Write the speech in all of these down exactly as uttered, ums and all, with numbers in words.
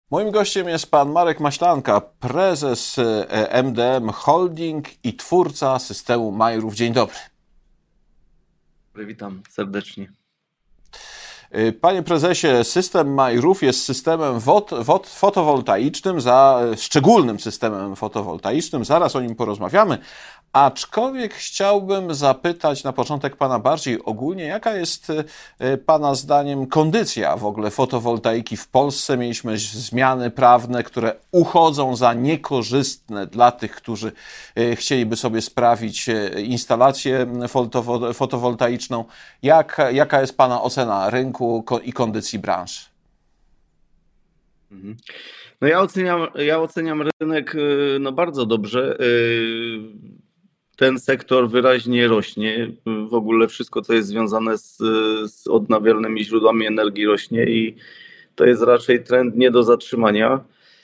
Moim gościem jest pan Marek Maślanka, prezes M D M Holding i twórca systemu Majrów. Dzień dobry. Witam serdecznie. Panie prezesie, system Majrów jest systemem wod, wod, fotowoltaicznym, za, szczególnym systemem fotowoltaicznym. Zaraz o nim porozmawiamy. Aczkolwiek chciałbym zapytać na początek pana bardziej ogólnie, jaka jest pana zdaniem kondycja w ogóle fotowoltaiki w Polsce? Mieliśmy zmiany prawne, które uchodzą za niekorzystne dla tych, którzy chcieliby sobie sprawić instalację fotowoltaiczną. Jak, jaka jest pana ocena rynku i kondycji branży? No ja oceniam, ja oceniam rynek no bardzo dobrze. Ten sektor wyraźnie rośnie. W ogóle wszystko, co jest związane z, z odnawialnymi źródłami energii, rośnie i to jest raczej trend nie do zatrzymania.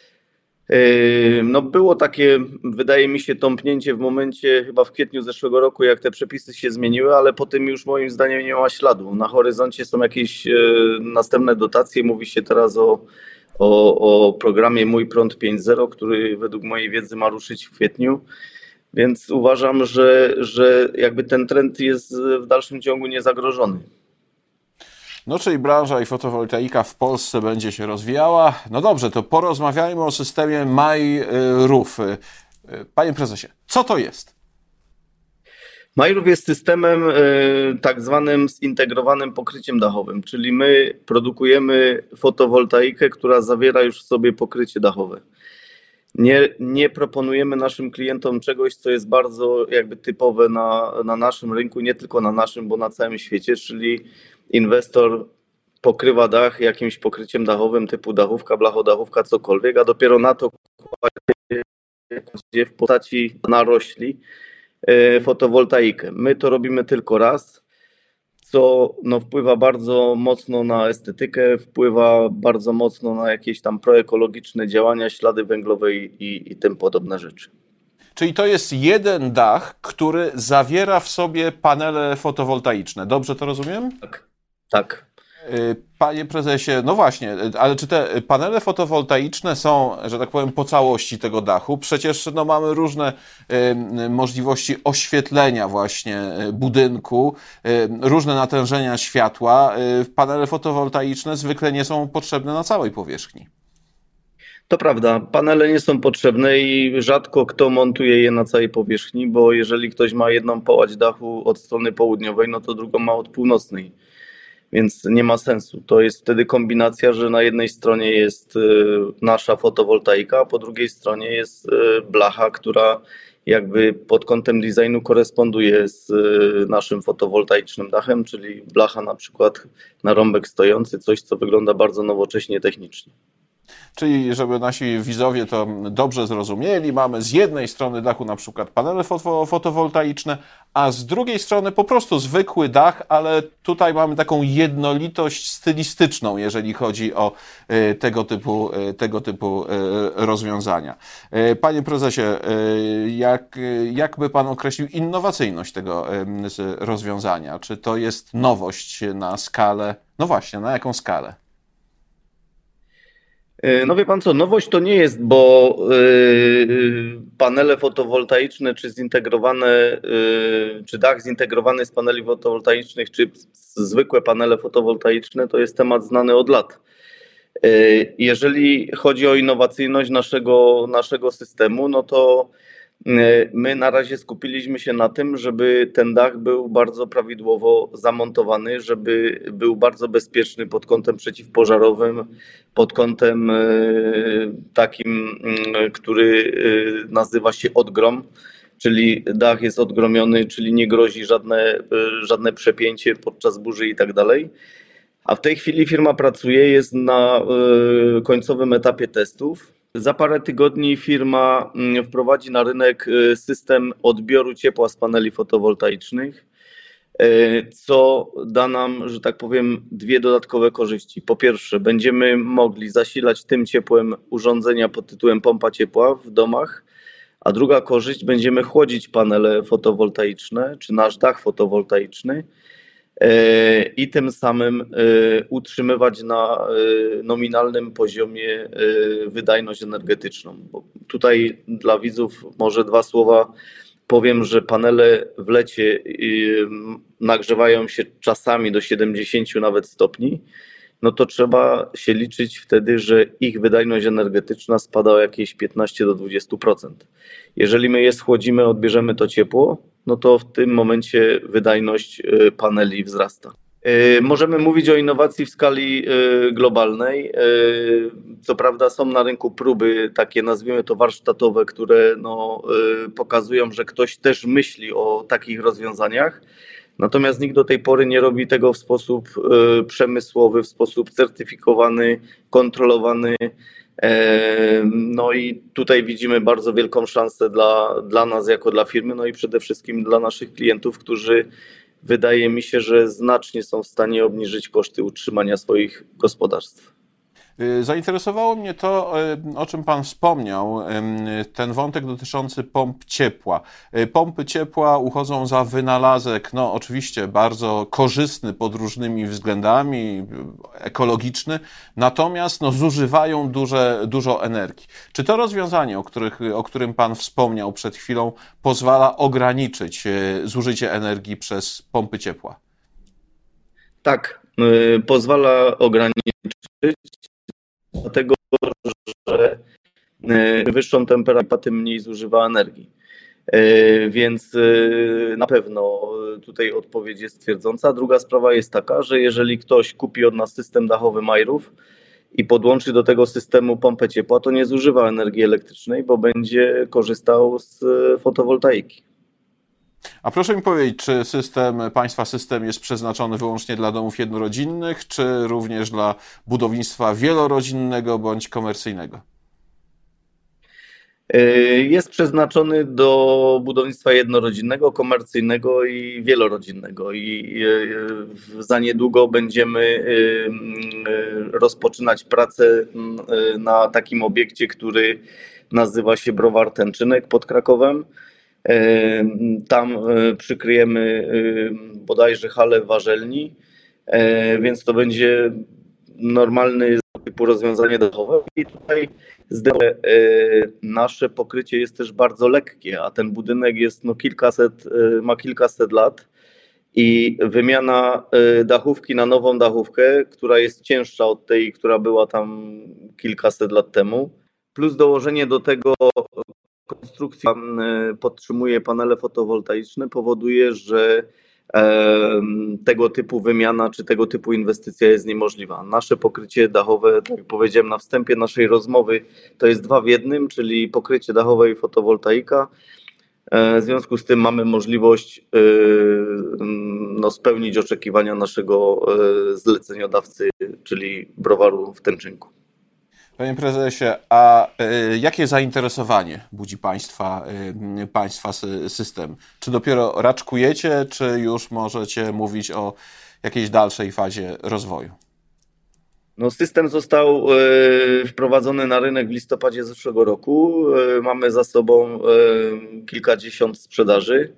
No było takie, wydaje mi się, tąpnięcie w momencie chyba w kwietniu zeszłego roku, jak te przepisy się zmieniły, ale po tym już moim zdaniem nie ma śladu. Na horyzoncie są jakieś następne dotacje. Mówi się teraz o, o, o programie Mój Prąd pięć zero, który według mojej wiedzy ma ruszyć w kwietniu. Więc uważam, że, że jakby ten trend jest w dalszym ciągu niezagrożony. No, czyli branża i fotowoltaika w Polsce będzie się rozwijała. No dobrze, to porozmawiajmy o systemie Majrów. Panie prezesie, co to jest? Majrów jest systemem tak zwanym zintegrowanym pokryciem dachowym, czyli my produkujemy fotowoltaikę, która zawiera już w sobie pokrycie dachowe. Nie, nie proponujemy naszym klientom czegoś, co jest bardzo jakby typowe na, na naszym rynku, nie tylko na naszym, bo na całym świecie, czyli inwestor pokrywa dach jakimś pokryciem dachowym typu dachówka, blachodachówka, cokolwiek, a dopiero na to kładzie w postaci narośli fotowoltaikę. My to robimy tylko raz, co no, wpływa bardzo mocno na estetykę, wpływa bardzo mocno na jakieś tam proekologiczne działania, ślady węglowe i, i tym podobne rzeczy. Czyli to jest jeden dach, który zawiera w sobie panele fotowoltaiczne. Dobrze to rozumiem? Tak, tak. Panie prezesie, no właśnie, ale czy te panele fotowoltaiczne są, że tak powiem, po całości tego dachu? Przecież no, mamy różne y, możliwości oświetlenia właśnie budynku, y, różne natężenia światła. Y, panele fotowoltaiczne zwykle nie są potrzebne na całej powierzchni. To prawda, panele nie są potrzebne i rzadko kto montuje je na całej powierzchni, bo jeżeli ktoś ma jedną połać dachu od strony południowej, no to drugą ma od północnej. Więc nie ma sensu. To jest wtedy kombinacja, że na jednej stronie jest nasza fotowoltaika, a po drugiej stronie jest blacha, która jakby pod kątem designu koresponduje z naszym fotowoltaicznym dachem, czyli blacha na przykład na rąbek stojący, coś co wygląda bardzo nowocześnie technicznie. Czyli, żeby nasi widzowie to dobrze zrozumieli, mamy z jednej strony dachu na przykład panele fotowoltaiczne, a z drugiej strony po prostu zwykły dach, ale tutaj mamy taką jednolitość stylistyczną, jeżeli chodzi o tego typu, tego typu rozwiązania. Panie prezesie, jak, jak by pan określił innowacyjność tego rozwiązania? Czy to jest nowość na skalę? No właśnie, na jaką skalę? No wie pan co, nowość to nie jest, bo yy, panele fotowoltaiczne czy zintegrowane, yy, czy dach zintegrowany z paneli fotowoltaicznych, czy zwykłe panele fotowoltaiczne to jest temat znany od lat. Yy, jeżeli chodzi o innowacyjność naszego, naszego systemu, no to my na razie skupiliśmy się na tym, żeby ten dach był bardzo prawidłowo zamontowany, żeby był bardzo bezpieczny pod kątem przeciwpożarowym, pod kątem takim, który nazywa się odgrom, czyli dach jest odgromiony, czyli nie grozi żadne, żadne przepięcie podczas burzy i tak dalej. A w tej chwili firma pracuje, jest na końcowym etapie testów. Za parę tygodni firma wprowadzi na rynek system odbioru ciepła z paneli fotowoltaicznych, co da nam, że tak powiem, dwie dodatkowe korzyści. Po pierwsze, będziemy mogli zasilać tym ciepłem urządzenia pod tytułem pompa ciepła w domach, a druga korzyść, będziemy chłodzić panele fotowoltaiczne, czy nasz dach fotowoltaiczny i tym samym utrzymywać na nominalnym poziomie wydajność energetyczną. Bo tutaj dla widzów może dwa słowa powiem, że panele w lecie nagrzewają się czasami do siedemdziesięciu nawet stopni, no to trzeba się liczyć wtedy, że ich wydajność energetyczna spada o jakieś piętnaście do dwudziestu procent. Jeżeli my je schłodzimy, odbierzemy to ciepło, no to w tym momencie wydajność paneli wzrasta. Możemy mówić o innowacji w skali globalnej. Co prawda są na rynku próby takie, nazwijmy to warsztatowe, które no, pokazują, że ktoś też myśli o takich rozwiązaniach. Natomiast nikt do tej pory nie robi tego w sposób przemysłowy, w sposób certyfikowany, kontrolowany. No i tutaj widzimy bardzo wielką szansę dla, dla nas jako dla firmy, no i przede wszystkim dla naszych klientów, którzy wydaje mi się, że znacznie są w stanie obniżyć koszty utrzymania swoich gospodarstw. Zainteresowało mnie to, o czym Pan wspomniał, ten wątek dotyczący pomp ciepła. Pompy ciepła uchodzą za wynalazek, no oczywiście bardzo korzystny pod różnymi względami, ekologiczny, natomiast no, zużywają duże, dużo energii. Czy to rozwiązanie, o, których, o którym Pan wspomniał przed chwilą, pozwala ograniczyć zużycie energii przez pompy ciepła? Tak, pozwala ograniczyć. Dlatego, że wyższą temperaturę, tym mniej zużywa energii. Więc na pewno tutaj odpowiedź jest twierdząca. Druga sprawa jest taka, że jeżeli ktoś kupi od nas system dachowy Majrów i podłączy do tego systemu pompę ciepła, to nie zużywa energii elektrycznej, bo będzie korzystał z fotowoltaiki. A proszę mi powiedzieć, czy system, Państwa system jest przeznaczony wyłącznie dla domów jednorodzinnych, czy również dla budownictwa wielorodzinnego bądź komercyjnego? Jest przeznaczony do budownictwa jednorodzinnego, komercyjnego i wielorodzinnego i za niedługo będziemy rozpoczynać pracę na takim obiekcie, który nazywa się Browar Tęczynek pod Krakowem. Tam przykryjemy bodajże halę warzelni, więc to będzie normalny typu rozwiązanie dachowe i tutaj nasze pokrycie jest też bardzo lekkie, a ten budynek jest no kilkaset, ma kilkaset lat i wymiana dachówki na nową dachówkę, która jest cięższa od tej, która była tam kilkaset lat temu, plus dołożenie do tego konstrukcja podtrzymuje panele fotowoltaiczne, powoduje, że tego typu wymiana czy tego typu inwestycja jest niemożliwa. Nasze pokrycie dachowe, tak jak powiedziałem na wstępie naszej rozmowy, to jest dwa w jednym, czyli pokrycie dachowe i fotowoltaika. W związku z tym mamy możliwość no, spełnić oczekiwania naszego zleceniodawcy, czyli Browaru w Tęczynku. Panie prezesie, a y, jakie zainteresowanie budzi Państwa, y, państwa system? Czy dopiero raczkujecie, czy już możecie mówić o jakiejś dalszej fazie rozwoju? No, system został y, wprowadzony na rynek w listopadzie zeszłego roku. Y, mamy za sobą y, kilkadziesiąt sprzedaży.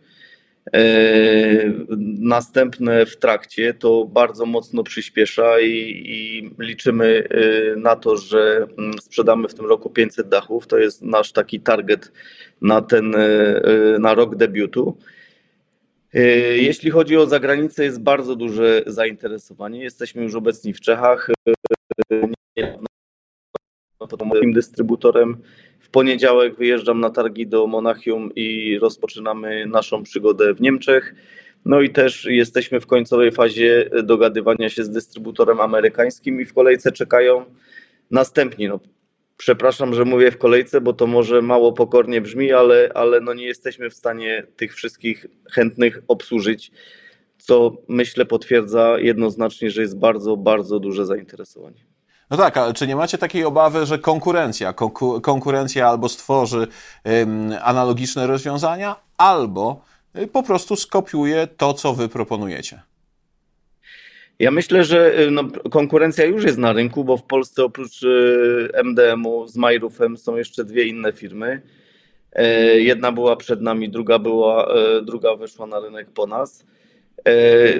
Następne w trakcie to bardzo mocno przyspiesza i, i liczymy na to, że sprzedamy w tym roku pięćset dachów. To jest nasz taki target na ten na rok debiutu. Jeśli chodzi o zagranicę, jest bardzo duże zainteresowanie. Jesteśmy już obecni w Czechach. Moim dystrybutorem. W poniedziałek wyjeżdżam na targi do Monachium i rozpoczynamy naszą przygodę w Niemczech. No i też jesteśmy w końcowej fazie dogadywania się z dystrybutorem amerykańskim i w kolejce czekają następni. No, przepraszam, że mówię w kolejce, bo to może mało pokornie brzmi, ale, ale no nie jesteśmy w stanie tych wszystkich chętnych obsłużyć, co myślę potwierdza jednoznacznie, że jest bardzo, bardzo duże zainteresowanie. No tak, ale czy nie macie takiej obawy, że konkurencja, konku, konkurencja albo stworzy ym, analogiczne rozwiązania, albo y, po prostu skopiuje to, co wy proponujecie? Ja myślę, że no, konkurencja już jest na rynku, bo w Polsce oprócz M D M-u z Majrufem są jeszcze dwie inne firmy. Jedna była przed nami, druga była, druga weszła na rynek po nas.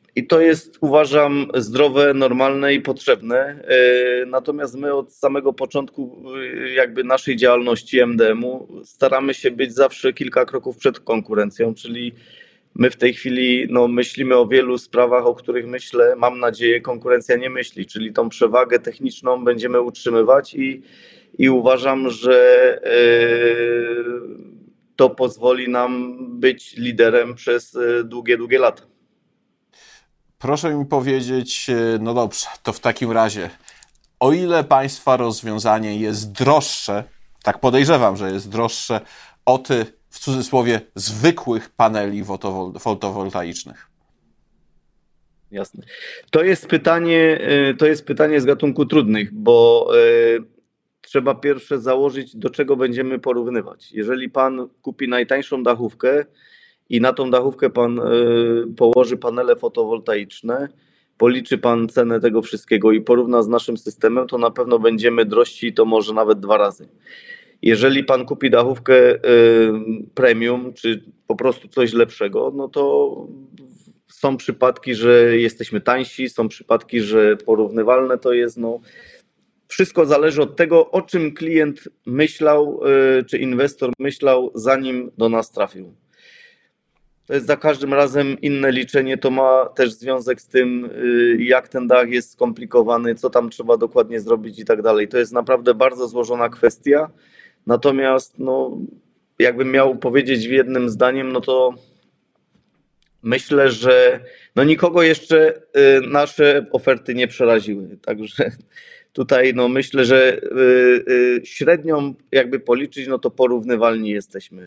I to jest, uważam, zdrowe, normalne i potrzebne. Natomiast my od samego początku jakby naszej działalności M D M-u staramy się być zawsze kilka kroków przed konkurencją, czyli my w tej chwili no, myślimy o wielu sprawach, o których myślę, mam nadzieję, konkurencja nie myśli, czyli tą przewagę techniczną będziemy utrzymywać i, i uważam, że yy, to pozwoli nam być liderem przez długie, długie lata. Proszę mi powiedzieć, no dobrze, to w takim razie, o ile Państwa rozwiązanie jest droższe, tak podejrzewam, że jest droższe od, w cudzysłowie, zwykłych paneli fotowoltaicznych? Jasne. To jest pytanie, to jest pytanie z gatunku trudnych, bo y, trzeba pierwsze założyć, do czego będziemy porównywać. Jeżeli Pan kupi najtańszą dachówkę i na tą dachówkę Pan y, położy panele fotowoltaiczne, policzy Pan cenę tego wszystkiego i porówna z naszym systemem, to na pewno będziemy drożsi i to może nawet dwa razy. Jeżeli Pan kupi dachówkę y, premium, czy po prostu coś lepszego, no to są przypadki, że jesteśmy tańsi, są przypadki, że porównywalne to jest. No, wszystko zależy od tego, o czym klient myślał, y, czy inwestor myślał, zanim do nas trafił. To jest za każdym razem inne liczenie, to ma też związek z tym, jak ten dach jest skomplikowany, co tam trzeba dokładnie zrobić i tak dalej. To jest naprawdę bardzo złożona kwestia, natomiast no, jakbym miał powiedzieć w jednym zdaniem, no to myślę, że no nikogo jeszcze nasze oferty nie przeraziły, także tutaj no myślę, że średnią jakby policzyć, no to porównywalni jesteśmy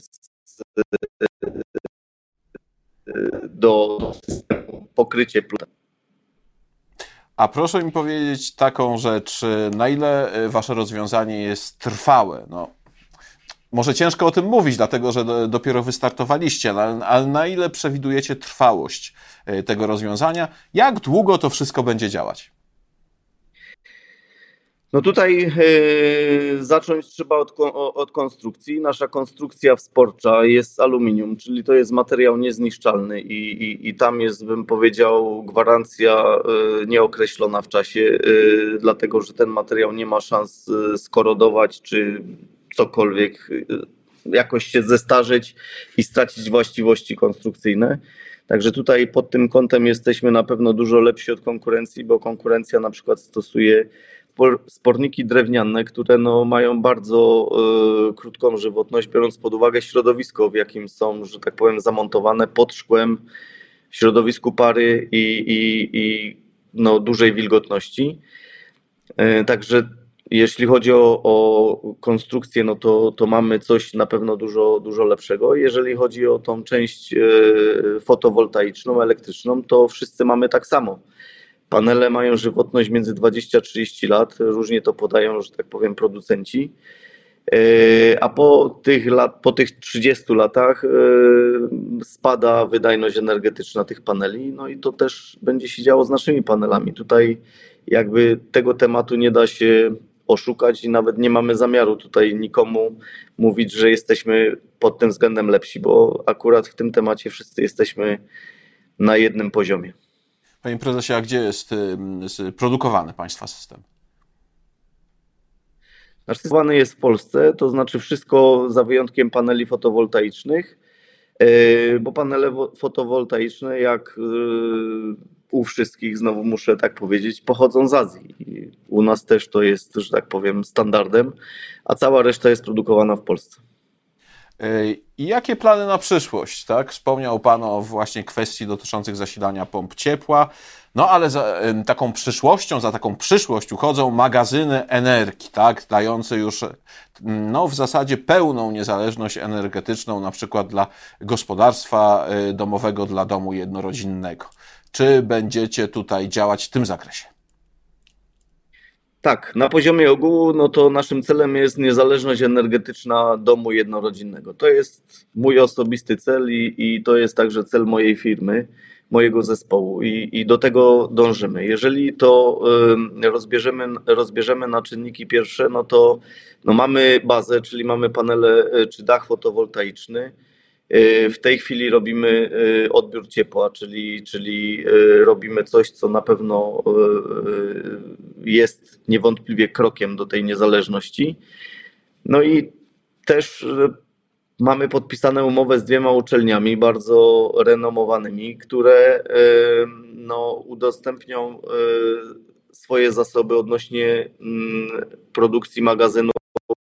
do systemu, pokrycie plus. A proszę mi powiedzieć taką rzecz, na ile wasze rozwiązanie jest trwałe? No, może ciężko o tym mówić, dlatego że do, dopiero wystartowaliście, ale, ale na ile przewidujecie trwałość tego rozwiązania? Jak długo to wszystko będzie działać? No tutaj yy, zacząć trzeba od, od konstrukcji. Nasza konstrukcja wsporcza jest z aluminium, czyli to jest materiał niezniszczalny i, i, i tam jest, bym powiedział, gwarancja yy, nieokreślona w czasie, yy, dlatego że ten materiał nie ma szans yy, skorodować czy cokolwiek, yy, jakoś się zestarzeć i stracić właściwości konstrukcyjne. Także tutaj pod tym kątem jesteśmy na pewno dużo lepsi od konkurencji, bo konkurencja na przykład stosuje sporniki drewniane, które no mają bardzo y, krótką żywotność, biorąc pod uwagę środowisko, w jakim są, że tak powiem, zamontowane pod szkłem, w środowisku pary i, i, i no, dużej wilgotności. Y, także jeśli chodzi o, o konstrukcję, no to, to mamy coś na pewno dużo, dużo lepszego. Jeżeli chodzi o tą część y, fotowoltaiczną, elektryczną, to wszyscy mamy tak samo. Panele mają żywotność między dwadzieścia a trzydzieści lat, różnie to podają, że tak powiem, producenci. A po tych, lat, po tych trzydziestu latach spada wydajność energetyczna tych paneli, no i to też będzie się działo z naszymi panelami. Tutaj jakby tego tematu nie da się oszukać i nawet nie mamy zamiaru tutaj nikomu mówić, że jesteśmy pod tym względem lepsi, bo akurat w tym temacie wszyscy jesteśmy na jednym poziomie. Panie prezesie, a gdzie jest produkowany Państwa system? Nasz system jest w Polsce, to znaczy wszystko za wyjątkiem paneli fotowoltaicznych, bo panele fotowoltaiczne, jak u wszystkich, znowu muszę tak powiedzieć, pochodzą z Azji. I u nas też to jest, że tak powiem, standardem, a cała reszta jest produkowana w Polsce. I jakie plany na przyszłość? Tak? Wspomniał Pan o właśnie kwestii dotyczących zasilania pomp ciepła, no ale za taką przyszłością, za taką przyszłość uchodzą magazyny energii, tak? Dające już no, w zasadzie pełną niezależność energetyczną, na przykład dla gospodarstwa domowego, dla domu jednorodzinnego. Czy będziecie tutaj działać w tym zakresie? Tak, na poziomie ogółu, no to naszym celem jest niezależność energetyczna domu jednorodzinnego. To jest mój osobisty cel i, i to jest także cel mojej firmy, mojego zespołu i, i do tego dążymy. Jeżeli to y, rozbierzemy, rozbierzemy na czynniki pierwsze, no to no mamy bazę, czyli mamy panele czy dach fotowoltaiczny. W tej chwili robimy odbiór ciepła, czyli, czyli robimy coś, co na pewno jest niewątpliwie krokiem do tej niezależności. No i też mamy podpisane umowę z dwiema uczelniami bardzo renomowanymi, które no, udostępnią swoje zasoby odnośnie produkcji magazynów.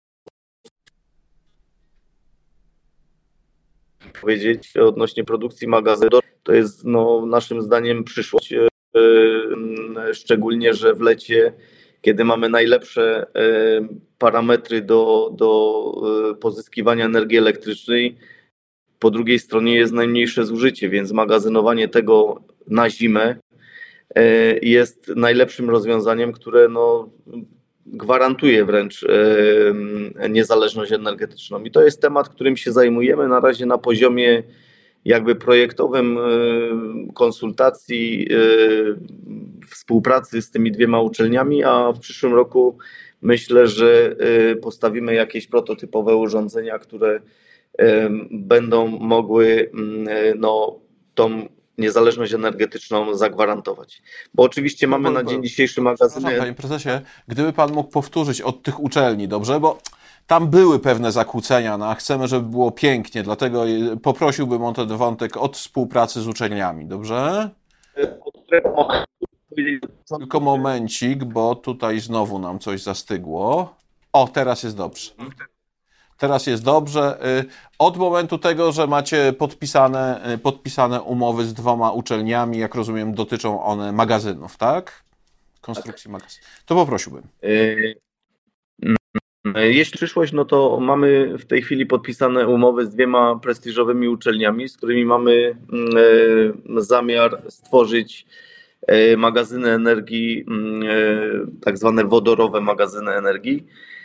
Powiedzieć odnośnie produkcji magazynów, to jest no, naszym zdaniem przyszłość, szczególnie, że w lecie, kiedy mamy najlepsze parametry do, do pozyskiwania energii elektrycznej, po drugiej stronie jest najmniejsze zużycie, więc magazynowanie tego na zimę jest najlepszym rozwiązaniem, które no, gwarantuje wręcz niezależność energetyczną. I to jest temat, którym się zajmujemy na razie na poziomie jakby projektowym, konsultacji, współpracy z tymi dwiema uczelniami, a w przyszłym roku myślę, że postawimy jakieś prototypowe urządzenia, które będą mogły no, tą niezależność energetyczną zagwarantować. Bo oczywiście mamy no, na dzień dzisiejszy magazyny... Panie prezesie, gdyby pan mógł powtórzyć od tych uczelni, dobrze? Bo tam były pewne zakłócenia, no a chcemy, żeby było pięknie, dlatego poprosiłbym o ten wątek od współpracy z uczelniami, dobrze? Tylko momencik, bo tutaj znowu nam coś zastygło. O, teraz jest dobrze. Teraz jest dobrze. Od momentu tego, że macie podpisane, podpisane umowy z dwoma uczelniami, jak rozumiem, dotyczą one magazynów, tak? Konstrukcji magazynów. To poprosiłbym. Jeśli przyszłość, no to mamy w tej chwili podpisane umowy z dwiema prestiżowymi uczelniami, z którymi mamy zamiar stworzyć magazyny energii, tak zwane wodorowe magazyny energii.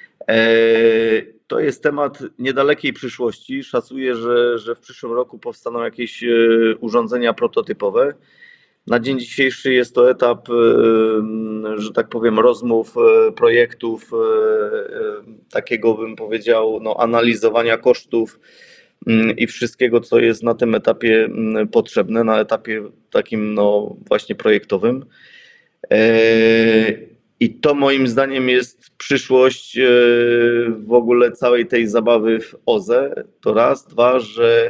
To jest temat niedalekiej przyszłości. Szacuję, że, że w przyszłym roku powstaną jakieś urządzenia prototypowe. Na dzień dzisiejszy jest to etap, że tak powiem, rozmów, projektów, takiego bym powiedział, no, analizowania kosztów i wszystkiego, co jest na tym etapie potrzebne, na etapie takim no, właśnie projektowym. I to moim zdaniem jest przyszłość w ogóle całej tej zabawy w O Z E. To raz, dwa, że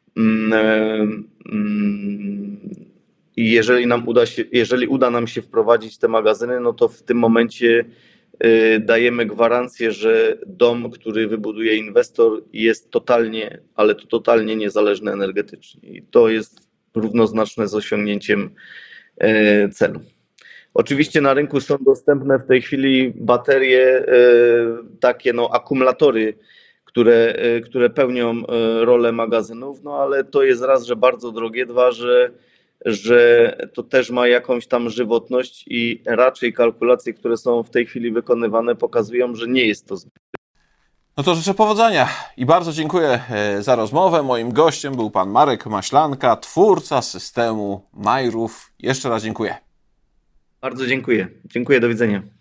jeżeli nam uda się, jeżeli uda nam się wprowadzić te magazyny, no to w tym momencie dajemy gwarancję, że dom, który wybuduje inwestor, jest totalnie, ale to totalnie niezależny energetycznie. I to jest równoznaczne z osiągnięciem celu. Oczywiście na rynku są dostępne w tej chwili baterie, takie no, akumulatory, które, które pełnią rolę magazynów, no ale to jest raz, że bardzo drogie, dwa, że, że to też ma jakąś tam żywotność i raczej kalkulacje, które są w tej chwili wykonywane, pokazują, że nie jest to zbyt. No to życzę powodzenia i bardzo dziękuję za rozmowę. Moim gościem był pan Marek Maślanka, twórca systemu MyRoof. Jeszcze raz dziękuję. Bardzo dziękuję. Dziękuję, do widzenia.